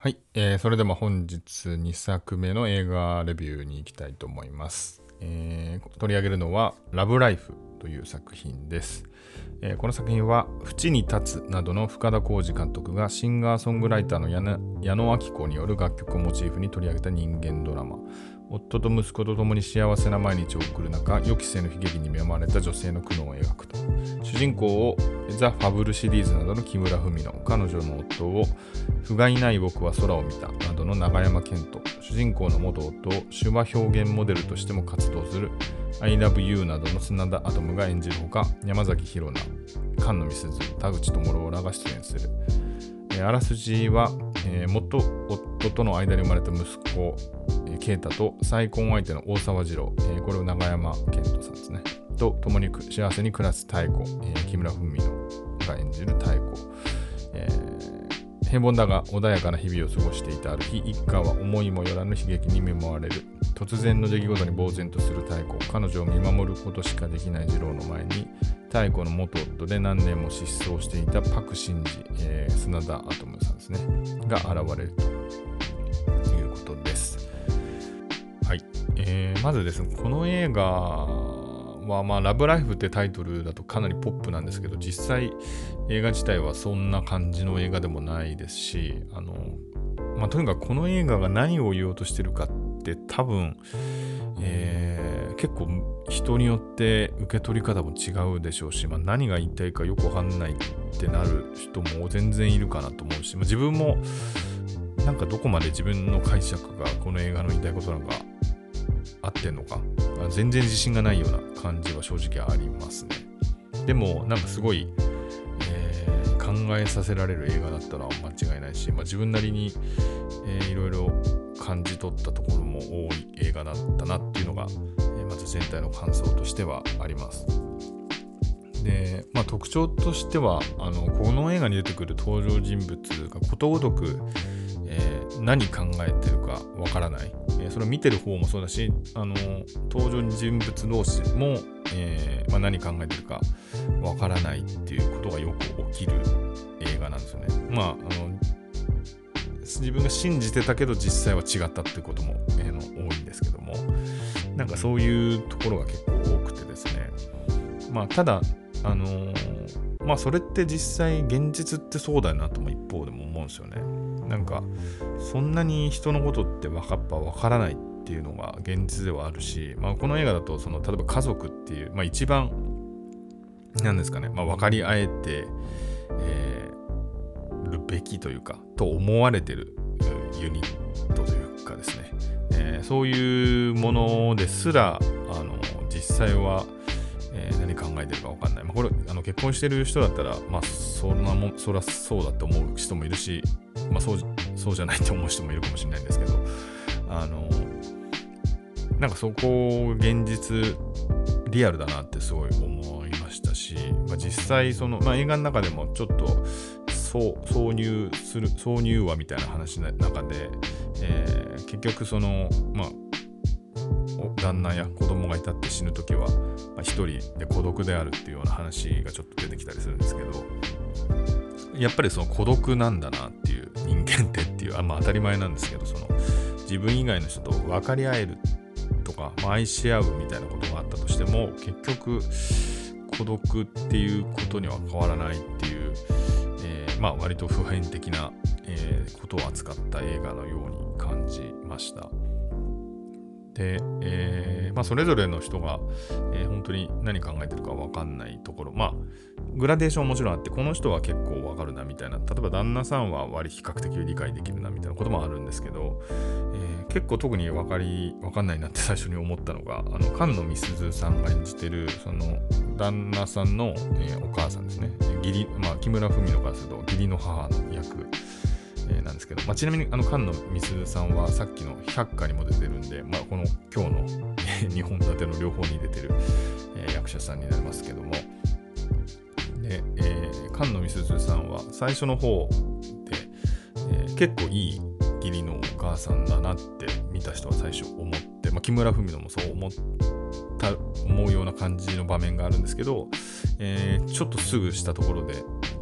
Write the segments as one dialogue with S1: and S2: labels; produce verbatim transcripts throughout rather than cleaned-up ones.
S1: はい、えー、それでは本日にさくめの映画レビューに行きたいと思います。えー、取り上げるのはラブライフという作品です。えー、この作品は淵に立つなどの深田浩二監督がシンガーソングライターの矢野矢野顕子による楽曲をモチーフに取り上げた人間ドラマ。夫と息子と共に幸せな毎日を送る中、予期せぬ悲劇に見舞われた女性の苦悩を描くと。主人公をザ・ファブルシリーズなどの木村文乃、彼女の夫を不甲斐ない僕は空を見たなどの永山絢斗、主人公の元夫を手話表現モデルとしても活動する I love you などの砂田アトムが演じるほか、山崎紘菜、菅野美鈴、田口智朗らが出演する。えー、あらすじは、えー、元夫との間に生まれた息子、えー、啓太と再婚相手の大沢次郎、えー、これを永山絢斗さんですね、と共に幸せに暮らす妙子、えー、木村文乃が演じる妙子、えー、平凡だが穏やかな日々を過ごしていたある日、一家は思いもよらぬ悲劇に見舞われる。突然の出来事に呆然とする妙子、彼女を見守ることしかできない次郎の前に、妙子の元夫で何年も失踪していたパク・シンジ、えー、砂田アトムさんですねが現れるということです。はい、えー、まずですね、この映画は、まあ、ラブライフってタイトルだとかなりポップなんですけど、実際映画自体はそんな感じの映画でもないですし、あの、まあ、とにかくこの映画が何を言おうとしてるかって多分、えー、結構人によって受け取り方も違うでしょうし、まあ、何が言いたいかよくわかんないってなる人も全然いるかなと思うし、まあ、自分もなんかどこまで自分の解釈がこの映画の言いたいことなんか合ってんのか全然自信がないような感じは正直ありますね。でもなんかすごい、えー、考えさせられる映画だったら間違いないし、まあ、自分なりに、えー、いろいろ感じ取ったところも多い映画だったなっていうのが、えー、まず全体の感想としてはあります。で、まあ、特徴としてはあのこの映画に出てくる登場人物がことごとく、えー、何考えてるかわからない、えー、それを見てる方もそうだし、あの登場人物同士も、えーまあ、何考えてるかわからないっていうことがよく起きる映画なんですよね。まあ、あの自分が信じてたけど実際は違ったっていうことも、えー、の多いんですけども、なんかそういうところが結構多くてですね、まあただあのー、まあそれって実際現実ってそうだよなとも一方でも思うんですよね。なんかそんなに人のことってわかっぱわからないっていうのが現実ではあるし、まあこの映画だとその例えば家族っていう、まあ一番なんですかね、まあ分かり合えて、えー、るべきというかと思われてるユニットというかですね、えー、そういうものですらあの実際はえー、何考えてるか分かんない。まあ、これあの結婚してる人だったら、まあそんなもん、そりゃそうだって思う人もいるし、まあそうそうじゃないって思う人もいるかもしれないんですけど、あのなんかそこ現実リアルだなってすごい思いましたし、まあ、実際その、まあ、映画の中でもちょっとそう挿入する挿入話みたいな話の中で、えー、結局そのまあ旦那や子供がいたって死ぬときは一人で孤独であるっていうような話がちょっと出てきたりするんですけど、やっぱりその孤独なんだなっていう人間ってっていうあ、まあ、当たり前なんですけど、その自分以外の人と分かり合えるとか、まあ、愛し合うみたいなことがあったとしても結局孤独っていうことには変わらないっていう、えー、まあ割と普遍的な、えー、ことを扱った映画のように感じました。で、えーまあ、それぞれの人が、えー、本当に何考えてるか分かんないところ、まあグラデーションもちろんあって、この人は結構分かるなみたいな、例えば旦那さんは割り比較的理解できるなみたいなこともあるんですけど、えー、結構特に分かり分かんないなって最初に思ったのが、あの菅野美鈴さんが演じてるその旦那さんの、えー、お母さんですね、義理、まあ、木村文乃からすると義理の母の役なんですけど、まあ、ちなみにあの菅野美鈴さんはさっきの百花にも出てるんで、まあ、この今日のにほん立ての両方に出てる、えー、役者さんになりますけども、で、えー、菅野美鈴さんは最初の方で、えー、結構いい義理のお母さんだなって見た人は最初思って、まあ、木村文乃もそう思った思うような感じの場面があるんですけど、えー、ちょっとすぐしたところであ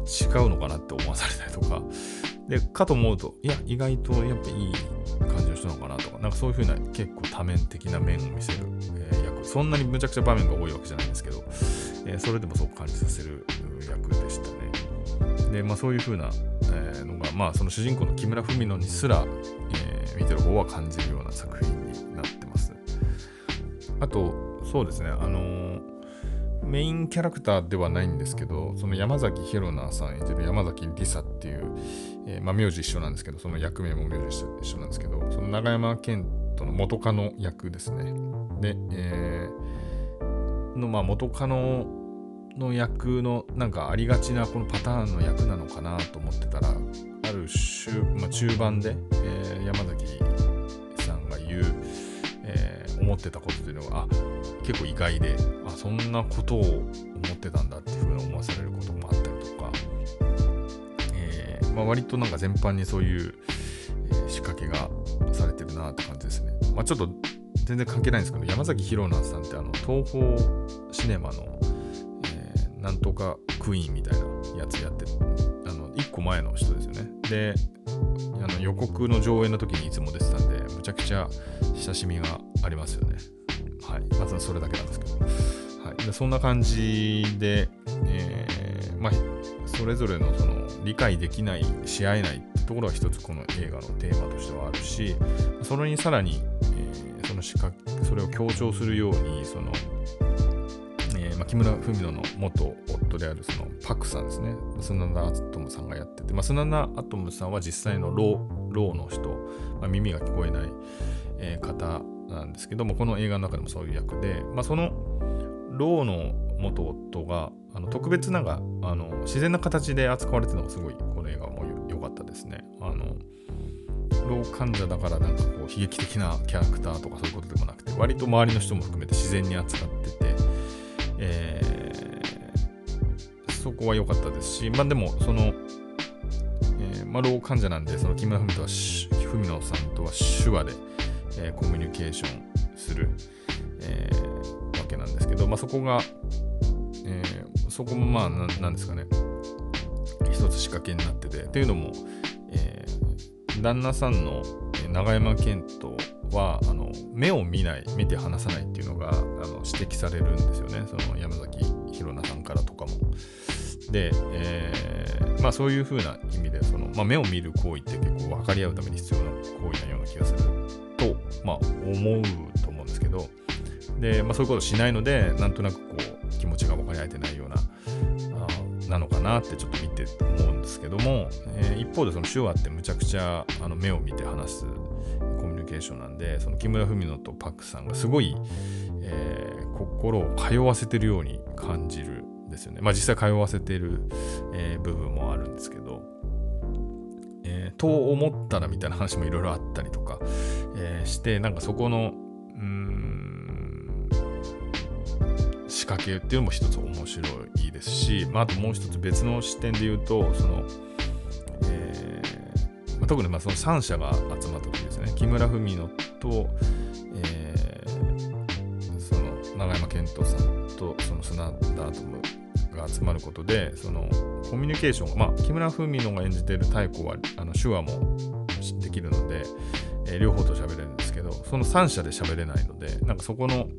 S1: 違うのかなって思わされたりとか、でかと思うといや意外とやっぱいい感じの人なのかなとか、なんかそういう風な結構多面的な面を見せる、えー、役、そんなにむちゃくちゃ場面が多いわけじゃないんですけど、えー、それでもそう感じさせる役でしたね。でまあそういう風な、えー、のがまあその主人公の木村文乃にすら、えー、見てる方は感じるような作品になってます。あとそうですね、あのー、メインキャラクターではないんですけど、その山崎紘奈さん演じる山崎りさっていう、えー、まあ名字一緒なんですけど、その役名も名字一緒なんですけど、その永山絢斗の元カノ役ですね。で、えー、のまあ元カノの役のなんかありがちなこのパターンの役なのかなと思ってたら、ある種、まあ、中盤で、えー、山崎さんが言う、えー、思ってたことというのがあ結構意外で、あそんなことを思ってたんだっていうふうに思わされることもあったりとか、えーまあ、割となんか全般にそういう、えー、仕掛けがされてるなって感じですね。まあ、ちょっと全然関係ないんですけど、山崎紘奈さんってあの東宝シネマの、えー、なんとかクイーンみたいなやつやってる、あのいっこまえの人ですよね。であの予告の上映の時にいつも出てたんで、むちゃくちゃ親しみがありますよね。はい、まずそれだけなんですけど、はい、でそんな感じで、えーまあ、それぞれのその理解できないし合えないってところが一つこの映画のテーマとしてはあるし、それにさらに、えー、その仕掛けそれを強調するようにその、えーまあ、木村文乃の元夫であるそのパクさんですね、砂田アトムさんがやってて、まあ、砂田アトムさんは実際のろう、ろうの人、まあ、耳が聞こえない、えー、方なんですけども、この映画の中でもそういう役で、まあ、そのろうの元夫があの特別なんかあの自然な形で扱われてるのがすごいこの映画も良かったですね。あのろう患者だからなんかこう悲劇的なキャラクターとかそういうことでもなくて、割と周りの人も含めて自然に扱ってて、えー、そこは良かったですし、まあでもその、えー、まあろう患者なんで、その木村文乃さんとは手話でえー、コミュニケーションする、えー、わけなんですけど、まあ、そこが、えー、そこもまあ な, なんですかね一つ仕掛けになってて、というのも、えー、旦那さんの永山絢斗はあの目を見ない見て話さないっていうのがあの指摘されるんですよね、その山崎紘奈さんからとかも。で、えーまあ、そういう風な意味でその、まあ、目を見る行為って結構分かり合うために必要な行為なような気がすると、まあ、思うと思うんですけど、で、まあ、そういうことをしないのでなんとなくこう気持ちが分かり合えてないようなあなのかなってちょっと見て思うんですけども、えー、一方でその手話ってむちゃくちゃあの目を見て話すコミュニケーションなんで、その木村文乃とパクさんがすごい、えー、心を通わせてるように感じるですよね。まあ実際通わせている、えー、部分もあるんですけど、えー、と思ったらみたいな話もいろいろあったりとか、えー、して、なんかそこのうーん仕掛けっていうのも一つ面白いですし、まあ、あともう一つ別の視点で言うと、その、えーまあ、特にまあそのさん社が集まった時ですね、木村文乃と、えー、その永山絢斗さんとその砂田アトムが集まることで、そのコミュニケーションが、まあ、木村文乃が演じている太鼓はあの手話もできるので、えー、両方と喋れるんですけど、そのさん社で喋れないので、なんかそこの、え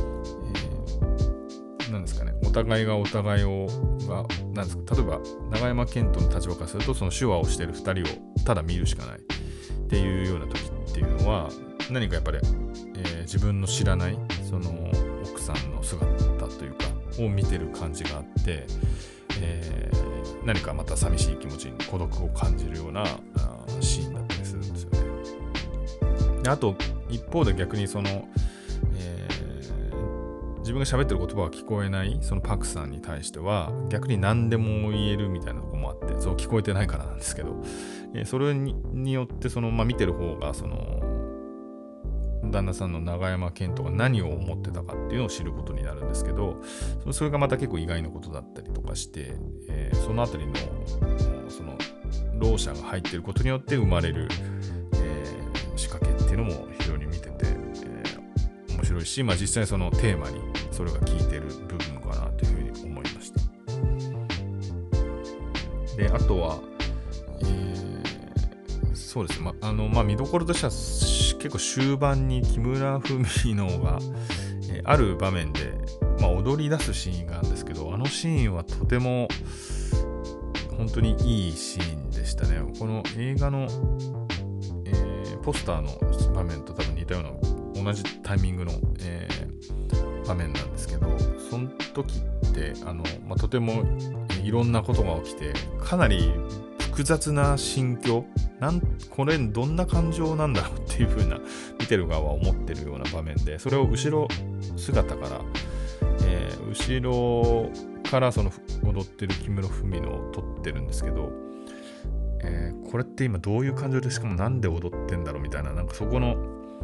S1: ー、なんですかね、お互いがお互いをがなんですか、例えば永山絢斗の立場からすると、その手話をしているふたりをただ見るしかないっていうような時っていうのは、何かやっぱり、えー、自分の知らないその奥さんの姿というかを見てる感じがあって、えー、何かまた寂しい気持ちに孤独を感じるようなシーンだったりするんですよね。であと一方で逆にその、えー、自分が喋ってる言葉が聞こえないそのパクさんに対しては逆に何でも言えるみたいなところもあって、そう聞こえてないからなんですけど、えー、それ に, によってその、まあ、見てる方がその旦那さんの永山絢斗が何を思ってたかっていうのを知ることになるんですけど、それがまた結構意外なことだったりとかして、えー、そのあたりのそのろう者が入っていることによって生まれる、えー、仕掛けっていうのも非常に見てて、えー、面白いし、まあ、実際そのテーマにそれが効いている部分かなというふうに思いました。 であとは、えー、そうですね、まあのまあ、見どころとしては結構終盤に木村文乃が、えー、ある場面で、まあ、踊り出すシーンがあるんですけど、あのシーンはとても本当にいいシーンでしたね。この映画の、えー、ポスターの場面と多分似たような同じタイミングの、えー、場面なんですけど、その時ってあの、まあ、とてもいろんなことが起きて、かなり複雑な心境、なんこれどんな感情なんだろうっていう風な見てる側は思ってるような場面で、それを後ろ姿から、えー、後ろからその踊ってる木村文乃を撮ってるんですけど、えー、これって今どういう感情で、しかもなんで踊ってんだろうみたいな、なんかそこの、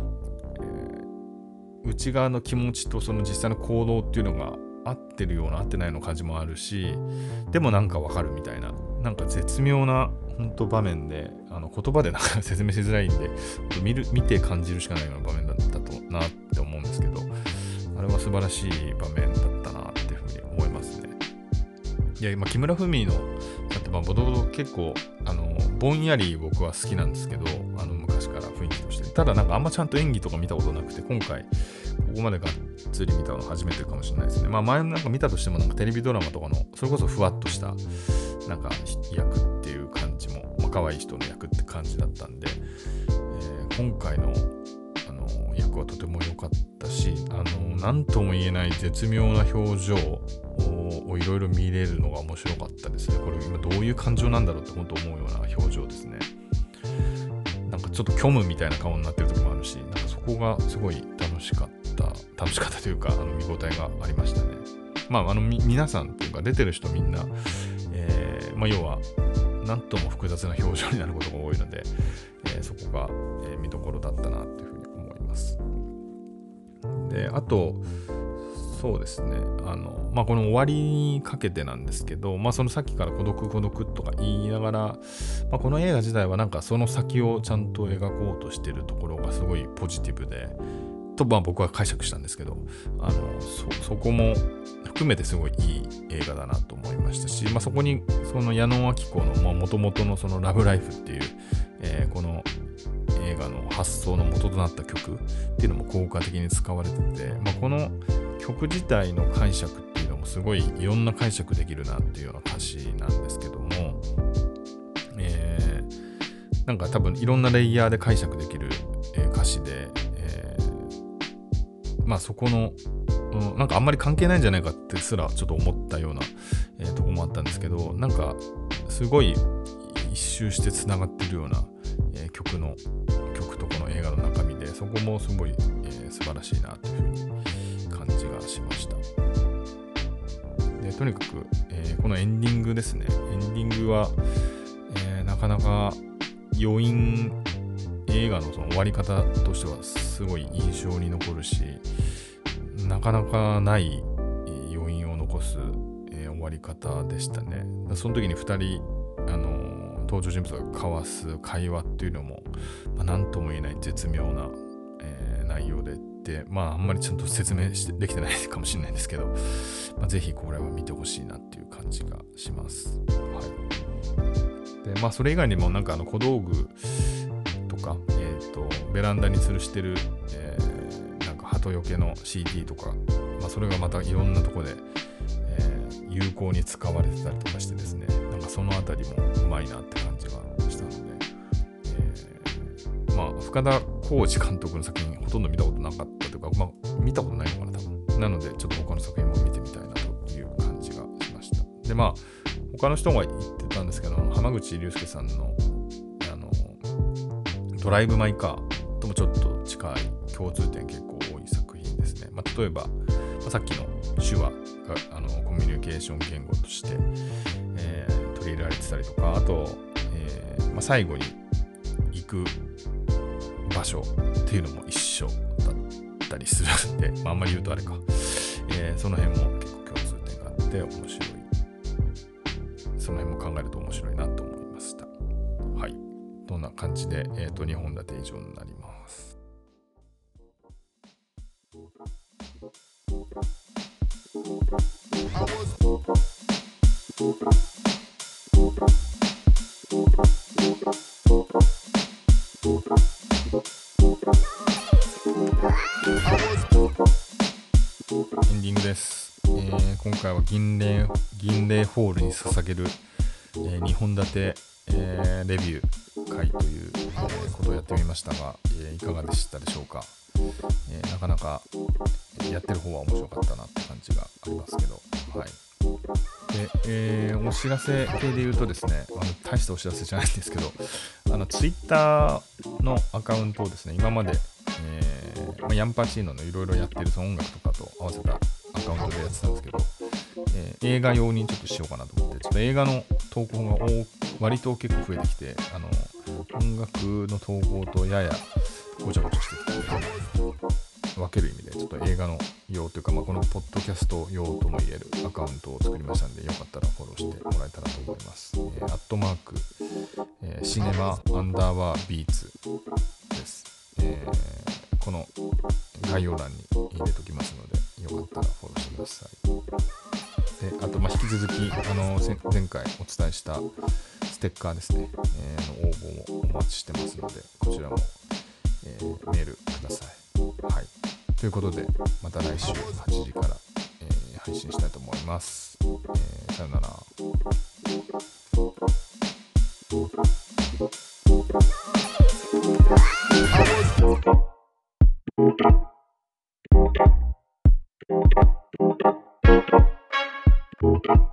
S1: えー、内側の気持ちとその実際の行動っていうのが合ってるような合ってないような感じもあるし、でもなんかわかるみたいな、なんか絶妙な本当場面で、あの言葉でなんか説明しづらいんで見る見て感じるしかないような場面だったとなって思うんですけど、あれは素晴らしい場面だったなっていうふうに思いますね。いや、今木村文乃だってまあボドボド結構あのぼんやり僕は好きなんですけど、あの昔から雰囲気として、ただなんかあんまちゃんと演技とか見たことなくて、今回ここまでがっつり見たの初めてかもしれないですね。まあ前なんか見たとしても、なんかテレビドラマとかのそれこそふわっとしたなんか役っていう感じも、まあ可愛い人の役って感じだったんで、えー、今回のあの役はとても良かったし、あのなんとも言えない絶妙な表情をいろいろ見れるのが面白かったですね。これ今どういう感情なんだろうって本当思うような表情ですね。なんかちょっと虚無みたいな顔になってる時もあるし、なんかそこがすごい楽しかった楽しかったというか、あの見応えがありましたね。まああのみ皆さんというか出てる人みんな、えー、まあ要はなんとも複雑な表情になることが多いので、えー、そこが、えー、見どころだったなっていうふうに思います。であとそうですね、あのまあこの終わりにかけてなんですけど、まあそのさっきから孤独孤独とか言いながら、まあ、この映画自体はなんかその先をちゃんと描こうとしてるところがすごいポジティブでと、まあ僕は解釈したんですけど、あの そ, そこも含めてすごいいい映画だなと思いましたし、まあそこにその矢野顕子のもともとのそのラブライフっていう、えー、この映画の発想の元となった曲っていうのも効果的に使われてて、まあ、この曲自体の解釈っていうのもすごいいろんな解釈できるなっていうような歌詞なんですけども、えー、なんか多分いろんなレイヤーで解釈できる、えー、歌詞で、えー、まあそこの、うん、なんかあんまり関係ないんじゃないかってすらちょっと思ったような、えー、とこもあったんですけど、なんかすごい一周してつながってるような、えー、曲の曲とこの映画の中身で、そこもすごい、えー、素晴らしいなというふうに感じがしました。でとにかく、えー、このエンディングですね。エンディングは、えー、なかなか余韻、映画のその終わり方としてはすごい印象に残るし、なかなかない余韻を残す、えー、終わり方でしたね。その時にふたり、あのー、登場人物が交わす会話っていうのも、まあ、何とも言えない絶妙な、えー、内容で、でまああんまりちゃんと説明してできてないかもしれないんですけど、まあ、ぜひこれは見てほしいなっていう感じがします。はい。でまあそれ以外にもなんかあの小道具とか、えーと、ベランダに吊るしてる、えー、なんか鳩よけの シーディー とか、まあ、それがまたいろんなとこで、えー、有効に使われてたりとかしてですね、なんかそのあたりもうまいなって感じがしたので、えー、まあ深田浩二監督の作品ほとんど見たことなかったというか、まあ見たことないのかな多分。なのでちょっと他の作品も見てみたいなという感じがしました。でまあ他の人が言ってたんですけど、浜口竜介さんのあのドライブ・マイ・カーともちょっと近い共通点結構多い作品ですね。まあ、例えば、まあ、さっきの手話があのコミュニケーション言語として、えー、取り入れられてたりとか、あと、えーまあ、最後に行く場所っていうのも一緒だったりするんで、まあ、あんまり言うとあれか、えー、その辺も結構共通点があって面白い、その辺も考えると面白いなと思いました。はい、どんな感じで、えーと、にほん立て以上になります。I was エンディングです。えー、今回は銀霊銀霊ホールに捧げる、えー、にほん立て、えー、レビュー会という、えー、ことをやってみましたが、えー、いかがでしたでしょうか。えー、なかなかやってる方は面白かったなって感じがありますけど、はい。で、えー、お知らせ系で言うとですね、あの大したお知らせじゃないんですけど、あのツイッターのアカウントをですね、今まで、えーまあ、ヤンパチーノのいろいろやってるその音楽とかと合わせたアカウントでやってたんですけど、えー、映画用にちょっとしようかなと思って、ちょっと映画の投稿が割と結構増えてきて、あの音楽の投稿とややごちゃごちゃしてきたので、分ける意味でちょっと映画の用というか、まあ、このポッドキャスト用とも言えるアカウントを作りましたので、よかったらフォローしてもらえたらと思います。えー、アットマーク、えー、シネマアンダーバービーツです。えー、この概要欄に入れときますので、よかったらフォローしてください。で、あと、まあ、引き続きあの前回お伝えしたステッカーですね、えー、の応募もお待ちしてますので、こちらも、えー、メールください。はい。ということで、また来週はちじから、えー、配信したいと思います。えー、さよなら。Thank you.